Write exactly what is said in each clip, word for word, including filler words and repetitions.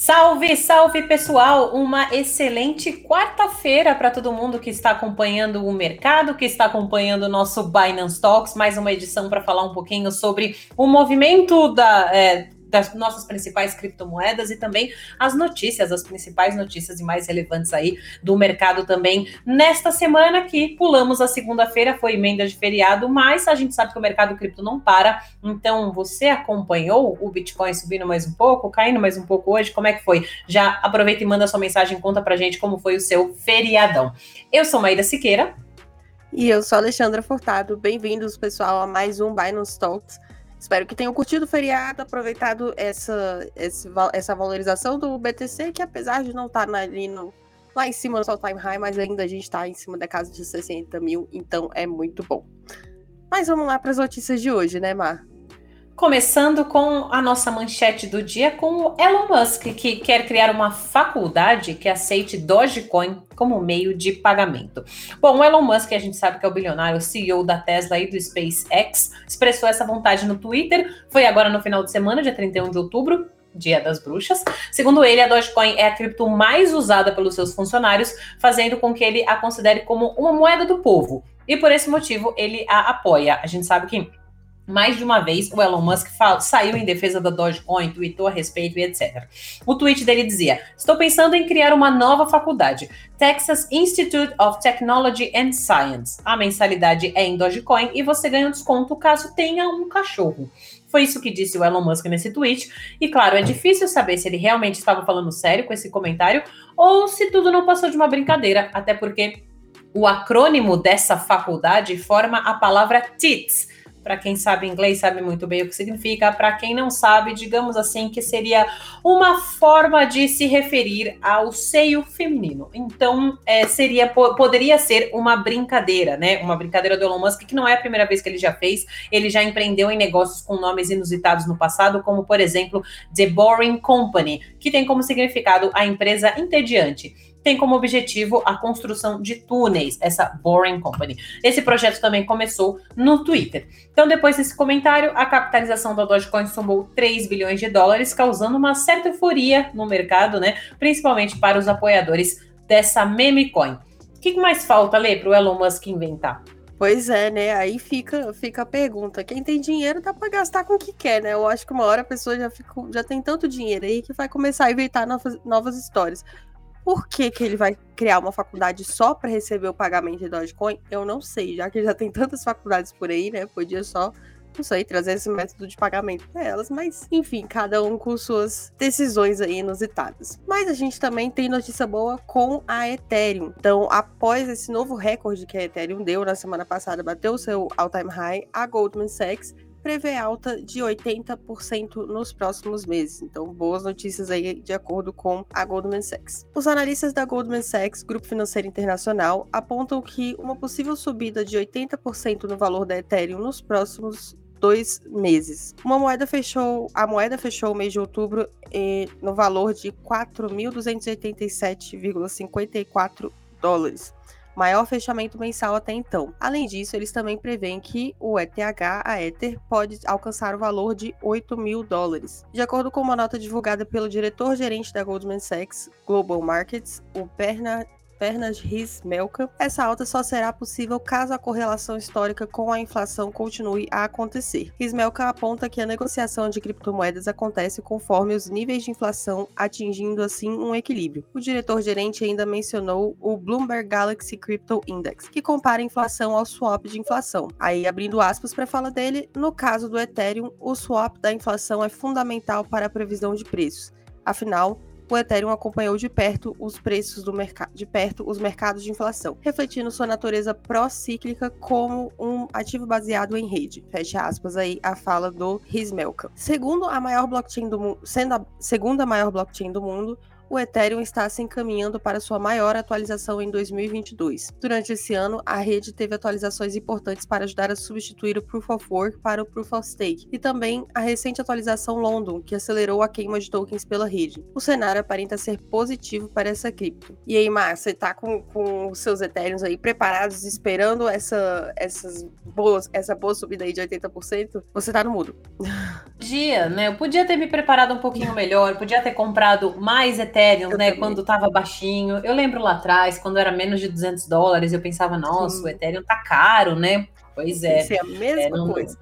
Salve, salve pessoal! Uma excelente quarta-feira para todo mundo que está acompanhando o mercado, que está acompanhando o nosso Binance Talks, mais uma edição para falar um pouquinho sobre o movimento da, é, das nossas principais criptomoedas e também as notícias, as principais notícias e mais relevantes aí do mercado também. Nesta semana que pulamos a segunda-feira, foi emenda de feriado, mas a gente sabe que o mercado cripto não para, então você acompanhou o Bitcoin subindo mais um pouco, caindo mais um pouco hoje? Como é que foi? Já aproveita e manda sua mensagem, conta pra gente como foi o seu feriadão. Eu sou Maíra Siqueira. E eu sou Alexandra Furtado. Bem-vindos, pessoal, a mais um Binance Talks. Espero que tenham curtido o feriado, aproveitado essa, esse, essa valorização do B T C, que apesar de não estar ali no, lá em cima no all-time high, mas ainda a gente está em cima da casa de sessenta mil, então é muito bom. Mas vamos lá para as notícias de hoje, né, Mar? Começando com a nossa manchete do dia com o Elon Musk, que quer criar uma faculdade que aceite Dogecoin como meio de pagamento. Bom, o Elon Musk, a gente sabe que é o bilionário, o C E O da Tesla e do SpaceX, expressou essa vontade no Twitter, foi agora no final de semana, dia trinta e um de outubro, Dia das Bruxas. Segundo ele, a Dogecoin é a cripto mais usada pelos seus funcionários, fazendo com que ele a considere como uma moeda do povo. E por esse motivo, ele a apoia. A gente sabe que mais de uma vez, o Elon Musk fala, saiu em defesa da Dogecoin, tweetou a respeito e etcétera. O tweet dele dizia: estou pensando em criar uma nova faculdade, Texas Institute of Technology and Science. A mensalidade é em Dogecoin e você ganha um desconto caso tenha um cachorro. Foi isso que disse o Elon Musk nesse tweet. E claro, é difícil saber se ele realmente estava falando sério com esse comentário ou se tudo não passou de uma brincadeira, até porque o acrônimo dessa faculdade forma a palavra tits. Para quem sabe inglês, sabe muito bem o que significa. Para quem não sabe, digamos assim, que seria uma forma de se referir ao seio feminino. Então, é, seria, poderia ser uma brincadeira, né? Uma brincadeira do Elon Musk, que não é a primeira vez que ele já fez. Ele já empreendeu em negócios com nomes inusitados no passado, como, por exemplo, The Boring Company, que tem como significado a empresa entediante. Tem como objetivo a construção de túneis, essa Boring Company. Esse projeto também começou no Twitter. Então, depois desse comentário, a capitalização da Dogecoin somou três bilhões de dólares, causando uma certa euforia no mercado, né? Principalmente para os apoiadores dessa meme coin. O que mais falta, Lê, para o Elon Musk inventar? Pois é, né? Aí fica, fica a pergunta. Quem tem dinheiro dá pra gastar com o que quer, né? Eu acho que uma hora a pessoa já, fica, já tem tanto dinheiro aí que vai começar a inventar novas, novas histórias. Por que que ele vai criar uma faculdade só para receber o pagamento de Dogecoin? Eu não sei, já que já tem tantas faculdades por aí, né? Podia só, não sei, trazer esse método de pagamento para elas, mas enfim, cada um com suas decisões aí inusitadas. Mas a gente também tem notícia boa com a Ethereum. Então, após esse novo recorde que a Ethereum deu na semana passada, bateu o seu all-time high, a Goldman Sachs prevê alta de oitenta por cento nos próximos meses. Então, boas notícias aí de acordo com a Goldman Sachs. Os analistas da Goldman Sachs, Grupo Financeiro Internacional, apontam que uma possível subida de oitenta por cento no valor da Ethereum nos próximos dois meses. Uma moeda fechou, a moeda fechou o mês de outubro eh, no valor de quatro mil duzentos e oitenta e sete vírgula cinquenta e quatro dólares. Maior fechamento mensal até então. Além disso, eles também prevêem que o E T H, a Ether, pode alcançar o valor de oito mil dólares. De acordo com uma nota divulgada pelo diretor-gerente da Goldman Sachs Global Markets, o Bernard Bernard Riz-Melka, essa alta só será possível caso a correlação histórica com a inflação continue a acontecer. Riz-Melka aponta que a negociação de criptomoedas acontece conforme os níveis de inflação, atingindo assim um equilíbrio. O diretor-gerente ainda mencionou o Bloomberg Galaxy Crypto Index, que compara a inflação ao swap de inflação. Aí, abrindo aspas para a fala dele, no caso do Ethereum, o swap da inflação é fundamental para a previsão de preços. Afinal, o Ethereum acompanhou de perto os preços do mercado, de perto os mercados de inflação, refletindo sua natureza pró-cíclica como um ativo baseado em rede. Fecha aspas aí a fala do Riz-Melka. Segundo a maior blockchain do mundo, sendo a segunda maior blockchain do mundo, o Ethereum está se encaminhando para sua maior atualização em dois mil e vinte e dois. Durante esse ano, a rede teve atualizações importantes para ajudar a substituir o Proof of Work para o Proof of Stake, e também a recente atualização London, que acelerou a queima de tokens pela rede. O cenário aparenta ser positivo para essa cripto. E aí, Mar, você tá com, com os seus Ethereums aí preparados, esperando essa, essas boas, essa boa subida aí de oitenta por cento? Você tá no mudo. Podia, né? Eu podia ter me preparado um pouquinho melhor, podia ter comprado mais Ethereum, eu né? Também. Quando tava baixinho. Eu lembro lá atrás, quando era menos de duzentos dólares, eu pensava, nossa, Sim. o Ethereum tá caro, né? Pois é. Isso é a mesma é, não... coisa.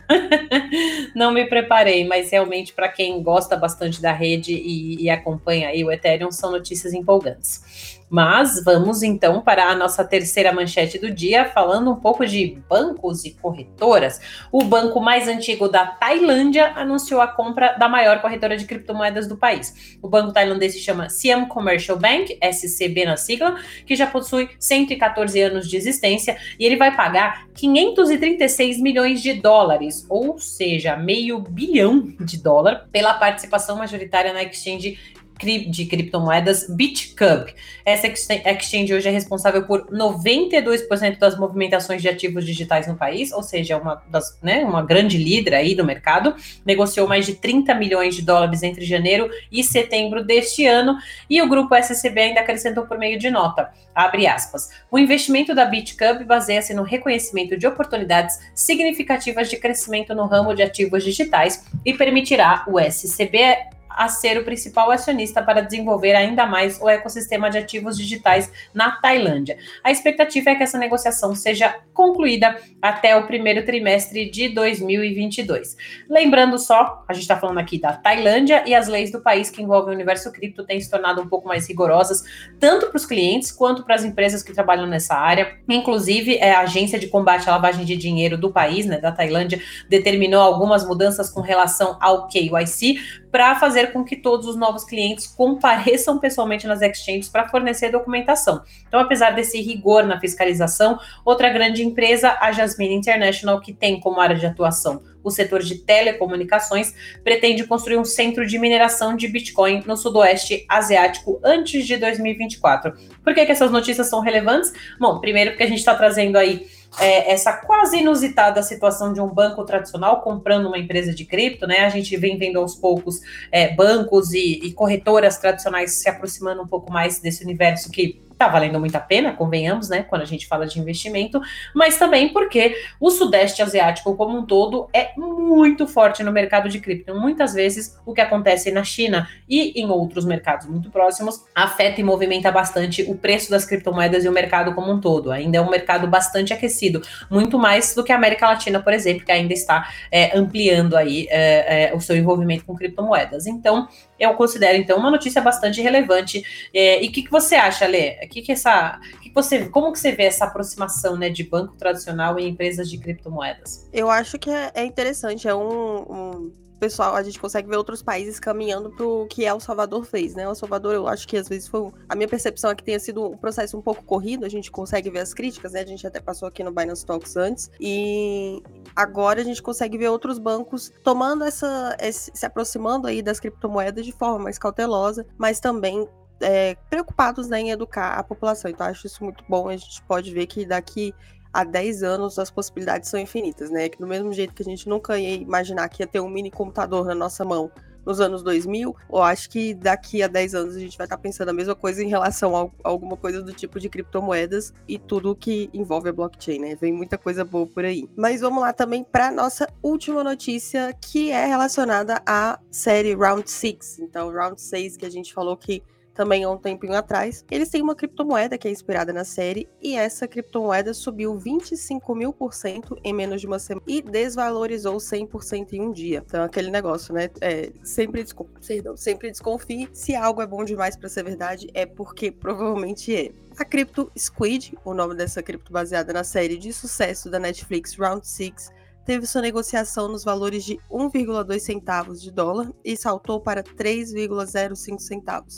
Não me preparei, mas realmente para quem gosta bastante da rede e, e acompanha aí o Ethereum, são notícias empolgantes. Mas vamos então para a nossa terceira manchete do dia, falando um pouco de bancos e corretoras. O banco mais antigo da Tailândia anunciou a compra da maior corretora de criptomoedas do país. O banco tailandês se chama Siam Commercial Bank, S C B na sigla, que já possui cento e quatorze anos de existência, e ele vai pagar quinhentos e trinta e seis milhões de dólares, ou seja, meio bilhão de dólar, pela participação majoritária na exchange de criptomoedas BitCub. Essa exchange hoje é responsável por noventa e dois por cento das movimentações de ativos digitais no país, ou seja, uma, das, né, uma grande líder aí do mercado. Negociou mais de trinta milhões de dólares entre janeiro e setembro deste ano, e o grupo S C B ainda acrescentou por meio de nota, abre aspas, o investimento da BitCub baseia-se no reconhecimento de oportunidades significativas de crescimento no ramo de ativos digitais e permitirá o S C B a ser o principal acionista para desenvolver ainda mais o ecossistema de ativos digitais na Tailândia. A expectativa é que essa negociação seja concluída até o primeiro trimestre de dois mil e vinte e dois. Lembrando só, a gente está falando aqui da Tailândia, e as leis do país que envolvem o universo cripto têm se tornado um pouco mais rigorosas, tanto para os clientes quanto para as empresas que trabalham nessa área. Inclusive, a Agência de Combate à Lavagem de Dinheiro do país, né, da Tailândia, determinou algumas mudanças com relação ao K Y C, para fazer com que todos os novos clientes compareçam pessoalmente nas exchanges para fornecer documentação. Então, apesar desse rigor na fiscalização, outra grande empresa, a Jasmine International, que tem como área de atuação o setor de telecomunicações, pretende construir um centro de mineração de Bitcoin no sudoeste asiático antes de dois mil e vinte e quatro. Por que que essas notícias são relevantes? Bom, primeiro porque a gente está trazendo aí É, essa quase inusitada situação de um banco tradicional comprando uma empresa de cripto, né? A gente vem vendo aos poucos é, bancos e, e corretoras tradicionais se aproximando um pouco mais desse universo que tá valendo muito a pena, convenhamos, né, quando a gente fala de investimento, mas também porque o Sudeste Asiático como um todo é muito forte no mercado de cripto. Muitas vezes o que acontece na China e em outros mercados muito próximos afeta e movimenta bastante o preço das criptomoedas e o mercado como um todo. Ainda é um mercado bastante aquecido, muito mais do que a América Latina, por exemplo, que ainda está é, ampliando aí é, é, o seu envolvimento com criptomoedas. Então, eu considero, então, uma notícia bastante relevante. É, e o que, que você acha, Lê? Que que essa, que você, como que você vê essa aproximação, né, de banco tradicional e empresas de criptomoedas? Eu acho que é, é interessante, é um, um... pessoal, a gente consegue ver outros países caminhando para o que El Salvador fez, né? O Salvador, eu acho que às vezes foi... A minha percepção é que tenha sido um processo um pouco corrido, a gente consegue ver as críticas, né? A gente até passou aqui no Binance Talks antes, e agora a gente consegue ver outros bancos tomando essa... Esse, se aproximando aí das criptomoedas de forma mais cautelosa, mas também é, preocupados, né, em educar a população. Então, acho isso muito bom. A gente pode ver que daqui há dez anos as possibilidades são infinitas, né? Que do mesmo jeito que a gente nunca ia imaginar que ia ter um mini computador na nossa mão nos anos dois mil, eu acho que daqui a dez anos a gente vai estar pensando a mesma coisa em relação a alguma coisa do tipo de criptomoedas e tudo que envolve a blockchain, né? Vem muita coisa boa por aí. Mas vamos lá também para nossa última notícia, que é relacionada à série Round seis. Então, Round seis, que a gente falou que também há um tempinho atrás, eles têm uma criptomoeda que é inspirada na série, e essa criptomoeda subiu vinte e cinco mil por cento em menos de uma semana e desvalorizou cem por cento em um dia. Então, aquele negócio, né? É, sempre, desconf... Perdão, sempre desconfie. Se algo é bom demais para ser verdade, é porque provavelmente é. A Crypto Squid, o nome dessa cripto baseada na série de sucesso da Netflix Round seis, teve sua negociação nos valores de um vírgula dois centavos de dólar e saltou para três vírgula zero cinco centavos.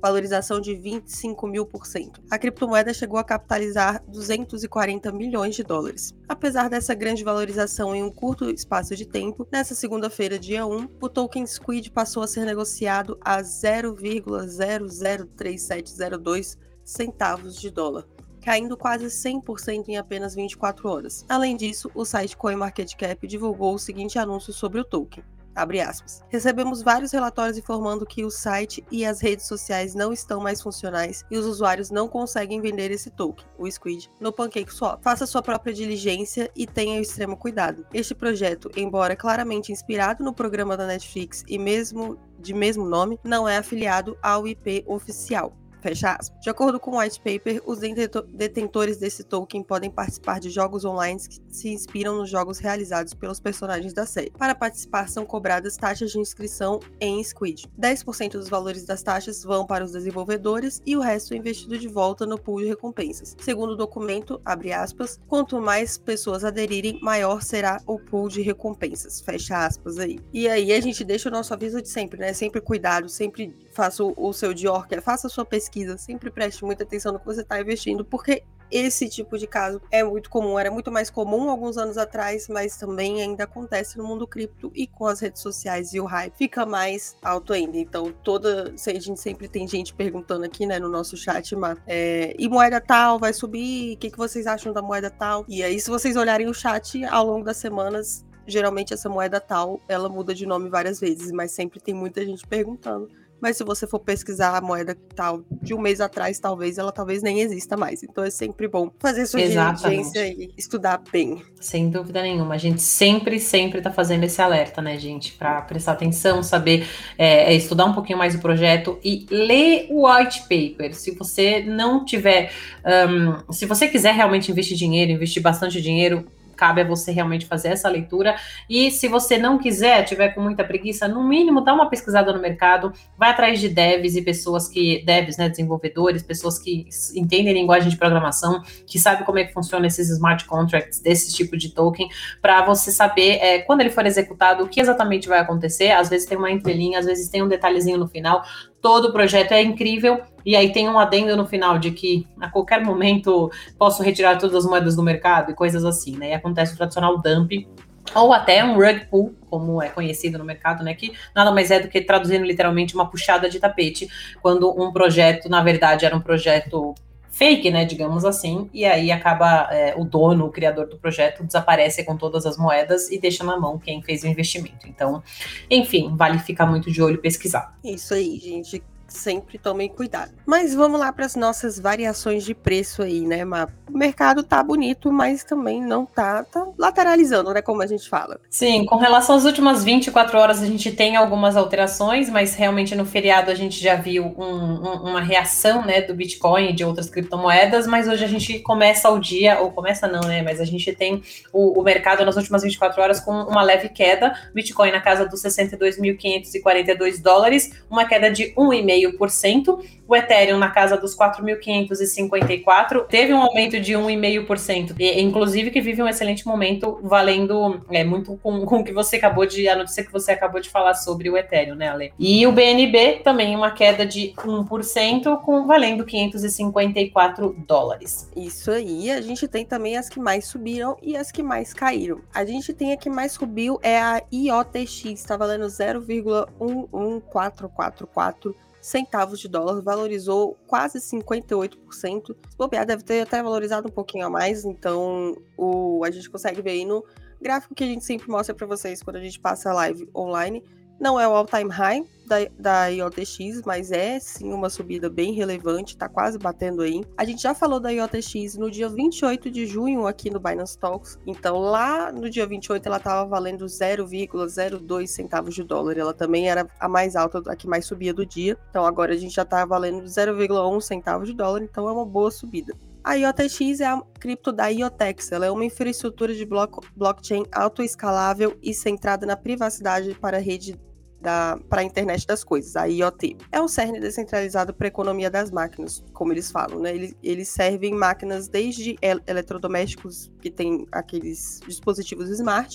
valorização de vinte e cinco mil por cento. A criptomoeda chegou a capitalizar duzentos e quarenta milhões de dólares. Apesar dessa grande valorização em um curto espaço de tempo, nessa segunda-feira, dia um, o token Squid passou a ser negociado a zero vírgula zero zero três sete zero dois centavos de dólar, caindo quase cem por cento em apenas vinte e quatro horas. Além disso, o site CoinMarketCap divulgou o seguinte anúncio sobre o token. Abre aspas. Recebemos vários relatórios informando que o site e as redes sociais não estão mais funcionais e os usuários não conseguem vender esse token, o Squid, no PancakeSwap. Faça sua própria diligência e tenha o extremo cuidado. Este projeto, embora claramente inspirado no programa da Netflix e mesmo de mesmo nome, não é afiliado ao I P oficial. Fecha aspas. De acordo com o white paper, os detentores desse token podem participar de jogos online que se inspiram nos jogos realizados pelos personagens da série. Para participar, são cobradas taxas de inscrição em Squid. dez por cento dos valores das taxas vão para os desenvolvedores e o resto é investido de volta no pool de recompensas. Segundo o documento, abre aspas, quanto mais pessoas aderirem, maior será o pool de recompensas. Fecha aspas aí. E aí a gente deixa o nosso aviso de sempre, né? Sempre cuidado, sempre faça o seu Dior, faça a sua pesquisa. Sempre preste muita atenção no que você está investindo, porque esse tipo de caso é muito comum, era muito mais comum alguns anos atrás, mas também ainda acontece no mundo cripto e com as redes sociais e o hype fica mais alto ainda. Então, toda, a gente sempre tem gente perguntando aqui, né, no nosso chat, mas, é, e moeda tal vai subir? O que, que vocês acham da moeda tal? E aí, se vocês olharem o chat ao longo das semanas, geralmente essa moeda tal, ela muda de nome várias vezes, mas sempre tem muita gente perguntando. Mas se você for pesquisar a moeda tal de um mês atrás, talvez ela talvez nem exista mais. Então é sempre bom fazer sua diligência e estudar bem. Sem dúvida nenhuma. A gente sempre, sempre tá fazendo esse alerta, né, gente? Para prestar atenção, saber, é, estudar um pouquinho mais o projeto e ler o white paper. Se você não tiver... Um, se você quiser realmente investir dinheiro, investir bastante dinheiro, cabe a você realmente fazer essa leitura, e se você não quiser, tiver com muita preguiça, no mínimo dá uma pesquisada no mercado, vai atrás de devs e pessoas que, devs, né, desenvolvedores, pessoas que entendem linguagem de programação, que sabem como é que funciona esses smart contracts, desse tipo de token, para você saber, é, quando ele for executado, o que exatamente vai acontecer. Às vezes tem uma entrelinha, às vezes tem um detalhezinho no final. Todo o projeto é incrível, e aí tem um adendo no final de que a qualquer momento posso retirar todas as moedas do mercado e coisas assim, né? E acontece o tradicional dump, ou até um rug pull, como é conhecido no mercado, né? Que nada mais é do que, traduzindo literalmente, uma puxada de tapete, quando um projeto, na verdade, era um projeto fake, né, digamos assim, e aí acaba é, o dono, o criador do projeto desaparece com todas as moedas e deixa na mão quem fez o investimento. Então, enfim, vale ficar muito de olho e pesquisar. Isso aí, gente. Sempre tomem cuidado. Mas vamos lá para as nossas variações de preço aí, né, Má? O mercado tá bonito, mas também não tá, tá lateralizando, né, como a gente fala. Sim, com relação às últimas vinte e quatro horas, a gente tem algumas alterações, mas realmente no feriado a gente já viu um, um, uma reação, né, do Bitcoin e de outras criptomoedas, mas hoje a gente começa o dia, ou começa não, né, mas a gente tem o, o mercado nas últimas vinte e quatro horas com uma leve queda, Bitcoin na casa dos sessenta e dois mil quinhentos e quarenta e dois dólares, uma queda de um vírgula cinco por cento, o Ethereum na casa dos quatro mil quinhentos e cinquenta e quatro, teve um aumento de um vírgula cinco por cento, e, inclusive que vive um excelente momento, valendo é, muito com, com o que você acabou de, a notícia que você acabou de falar sobre o Ethereum, né, Ale? E o B N B também uma queda de um por cento, com, valendo quinhentos e cinquenta e quatro dólares. Isso aí, a gente tem também as que mais subiram e as que mais caíram. A gente tem a que mais subiu é a I O T X, está valendo zero vírgula um um quatro quatro quatro centavos de dólar, valorizou quase cinquenta e oito por cento. Se bobear, deve ter até valorizado um pouquinho a mais, então o, a gente consegue ver aí no gráfico que a gente sempre mostra para vocês quando a gente passa a live online. Não é o all-time high da, da I O T X, mas é sim uma subida bem relevante, tá quase batendo aí. A gente já falou da I O T X no dia vinte e oito de junho aqui no Binance Talks, então lá no dia vinte e oito ela estava valendo zero vírgula zero dois centavos de dólar, ela também era a mais alta, a que mais subia do dia, então agora a gente já tá valendo zero vírgula um centavos de dólar, então é uma boa subida. A I O T X é a cripto da IoTeX, ela é uma infraestrutura de bloco, blockchain autoescalável e centrada na privacidade para a rede Da, para a internet das coisas, a I O T. É um cerne descentralizado para a economia das máquinas, como eles falam, né? Eles, eles servem máquinas desde el- eletrodomésticos, que tem aqueles dispositivos smart,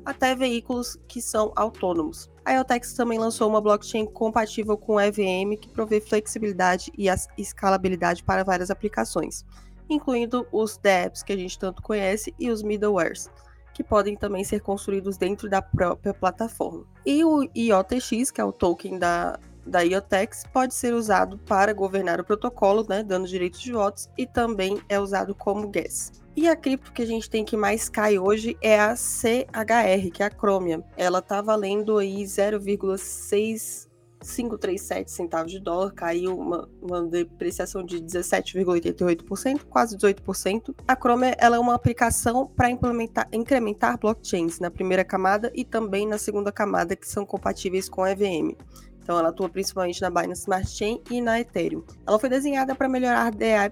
até veículos que são autônomos. A I O T E X também lançou uma blockchain compatível com E V M que provê flexibilidade e escalabilidade para várias aplicações, incluindo os dApps que a gente tanto conhece e os middlewares, que podem também ser construídos dentro da própria plataforma. E o I O T X, que é o token da, da I O T E X, pode ser usado para governar o protocolo, né, dando direitos de votos, e também é usado como gas. E a cripto que a gente tem que mais cai hoje é a C H R, que é a Chromium. Ela tá valendo aí zero vírgula seis cinco três sete centavos de dólar, caiu uma, uma depreciação de dezessete vírgula oitenta e oito por cento, quase dezoito por cento. A Chromium ela é uma aplicação para implementar, incrementar blockchains na primeira camada e também na segunda camada, que são compatíveis com E V M. Então, ela atua principalmente na Binance Smart Chain e na Ethereum. Ela foi desenhada para melhorar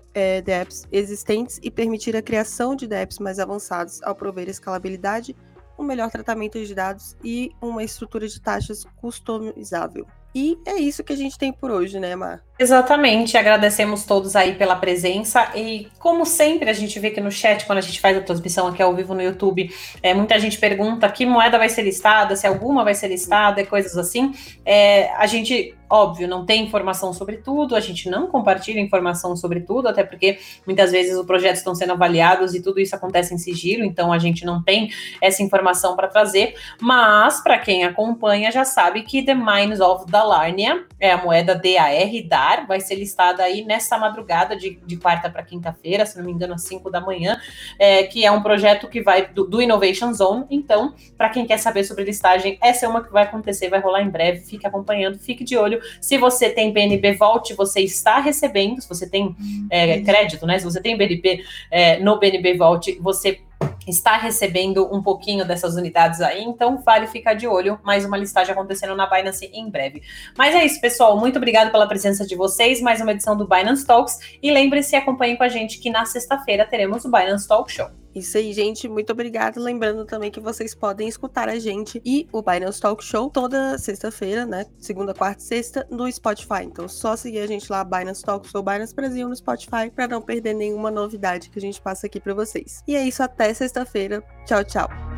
dApps existentes e permitir a criação de dApps mais avançados ao prover escalabilidade, um melhor tratamento de dados e uma estrutura de taxas customizável. E é isso que a gente tem por hoje, né, Mar? Exatamente, agradecemos todos aí pela presença e como sempre a gente vê que no chat, quando a gente faz a transmissão aqui ao vivo no YouTube, é, muita gente pergunta que moeda vai ser listada, se alguma vai ser listada e coisas assim. É, a gente, óbvio, não tem informação sobre tudo, a gente não compartilha informação sobre tudo, até porque muitas vezes os projetos estão sendo avaliados e tudo isso acontece em sigilo, então a gente não tem essa informação para trazer, mas para quem acompanha já sabe que The Mines of Dalarnia é a moeda D A R, D A R, vai ser listada aí nessa madrugada de, de quarta para quinta-feira, se não me engano, às cinco da manhã, é, que é um projeto que vai do, do Innovation Zone. Então, para quem quer saber sobre listagem, essa é uma que vai acontecer, vai rolar em breve, fique acompanhando, fique de olho. Se você tem B N B Vault, você está recebendo, se você tem é, crédito, né? Se você tem B N B é, no B N B Vault, você está recebendo um pouquinho dessas unidades aí, então vale ficar de olho, mais uma listagem acontecendo na Binance em breve. Mas é isso, pessoal, muito obrigado pela presença de vocês, mais uma edição do Binance Talks, e lembre-se, acompanhem com a gente que na sexta-feira teremos o Binance Talk Show. Isso aí, gente, muito obrigada. Lembrando também que vocês podem escutar a gente e o Binance Talk Show toda sexta-feira, né? Segunda, quarta e sexta, no Spotify. Então, só seguir a gente lá, Binance Talk Show, Binance Brasil no Spotify, para não perder nenhuma novidade que a gente passa aqui para vocês. E é isso, até sexta-feira. Tchau, tchau.